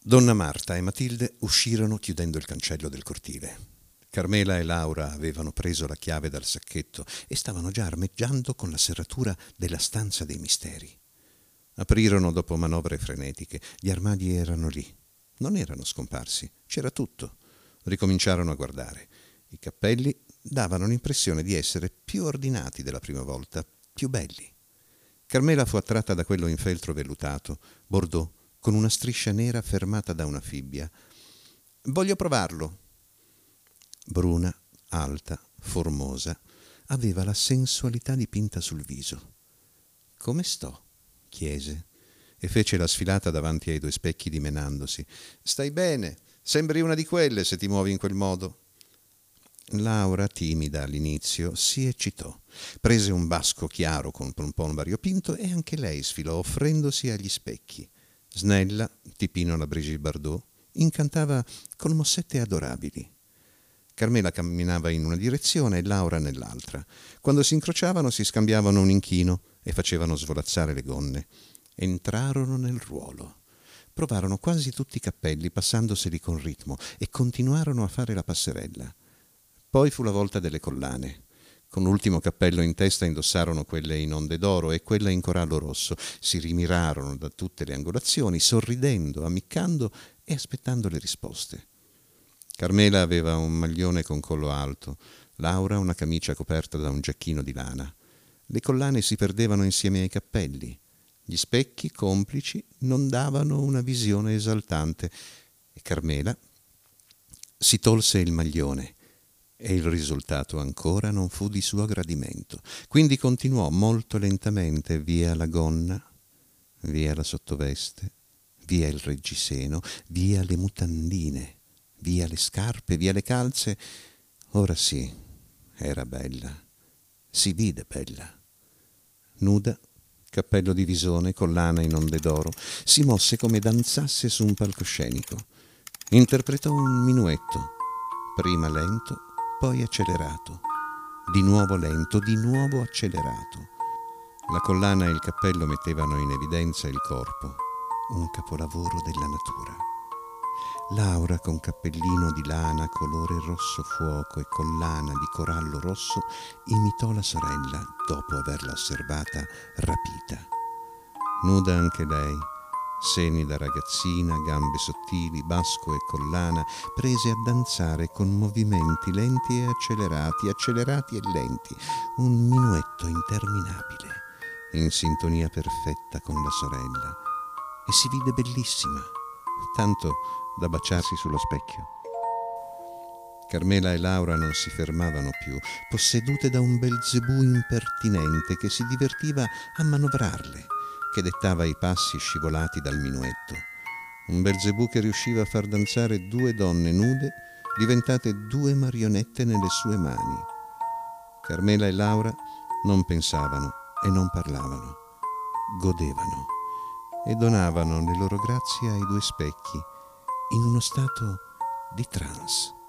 Donna Marta e Matilde uscirono chiudendo il cancello del cortile. Carmela e Laura avevano preso la chiave dal sacchetto e stavano già armeggiando con la serratura della stanza dei misteri. Aprirono dopo manovre frenetiche. Gli armadi erano lì. Non erano scomparsi. C'era tutto. Ricominciarono a guardare. I cappelli davano l'impressione di essere più ordinati della prima volta, più belli. Carmela fu attratta da quello in feltro vellutato, bordeaux, con una striscia nera fermata da una fibbia. «Voglio provarlo». Bruna, alta, formosa, aveva la sensualità dipinta sul viso. «Come sto?» chiese e fece la sfilata davanti ai due specchi dimenandosi. «Stai bene, sembri una di quelle se ti muovi in quel modo». Laura, timida all'inizio, si eccitò. Prese un basco chiaro con pompon variopinto e anche lei sfilò offrendosi agli specchi. Snella, tipino alla Brigitte Bardot, incantava con mossette adorabili. Carmela camminava in una direzione e Laura nell'altra. Quando si incrociavano si scambiavano un inchino e facevano svolazzare le gonne. Entrarono nel ruolo. Provarono quasi tutti i cappelli passandoseli con ritmo e continuarono a fare la passerella. Poi fu la volta delle collane. Con l'ultimo cappello in testa indossarono quelle in onde d'oro e quella in corallo rosso. Si rimirarono da tutte le angolazioni, sorridendo, ammiccando e aspettando le risposte. Carmela aveva un maglione con collo alto, Laura una camicia coperta da un giacchino di lana. Le collane si perdevano insieme ai cappelli. Gli specchi, complici, non davano una visione esaltante e Carmela si tolse il maglione. E il risultato ancora non fu di suo gradimento. Quindi continuò molto lentamente via la gonna, via la sottoveste, via il reggiseno, via le mutandine, via le scarpe, via le calze. Ora sì, era bella. Si vide bella. Nuda, cappello di visone, collana in onde d'oro, si mosse come danzasse su un palcoscenico. Interpretò un minuetto, prima lento, poi accelerato, di nuovo lento, di nuovo accelerato. La collana e il cappello mettevano in evidenza il corpo, un capolavoro della natura. Laura, con cappellino di lana colore rosso fuoco e collana di corallo rosso, imitò la sorella dopo averla osservata rapita. Nuda anche lei, seni da ragazzina, gambe sottili, basco e collana, prese a danzare con movimenti lenti e accelerati, accelerati e lenti, un minuetto interminabile, in sintonia perfetta con la sorella, e si vide bellissima, tanto da baciarsi sullo specchio. Carmela e Laura non si fermavano più, possedute da un Belzebù impertinente che si divertiva a manovrarle, che dettava i passi scivolati dal minuetto. Un Belzebù che riusciva a far danzare due donne nude diventate due marionette nelle sue mani. Carmela e Laura non pensavano e non parlavano, godevano e donavano le loro grazie ai due specchi in uno stato di trance.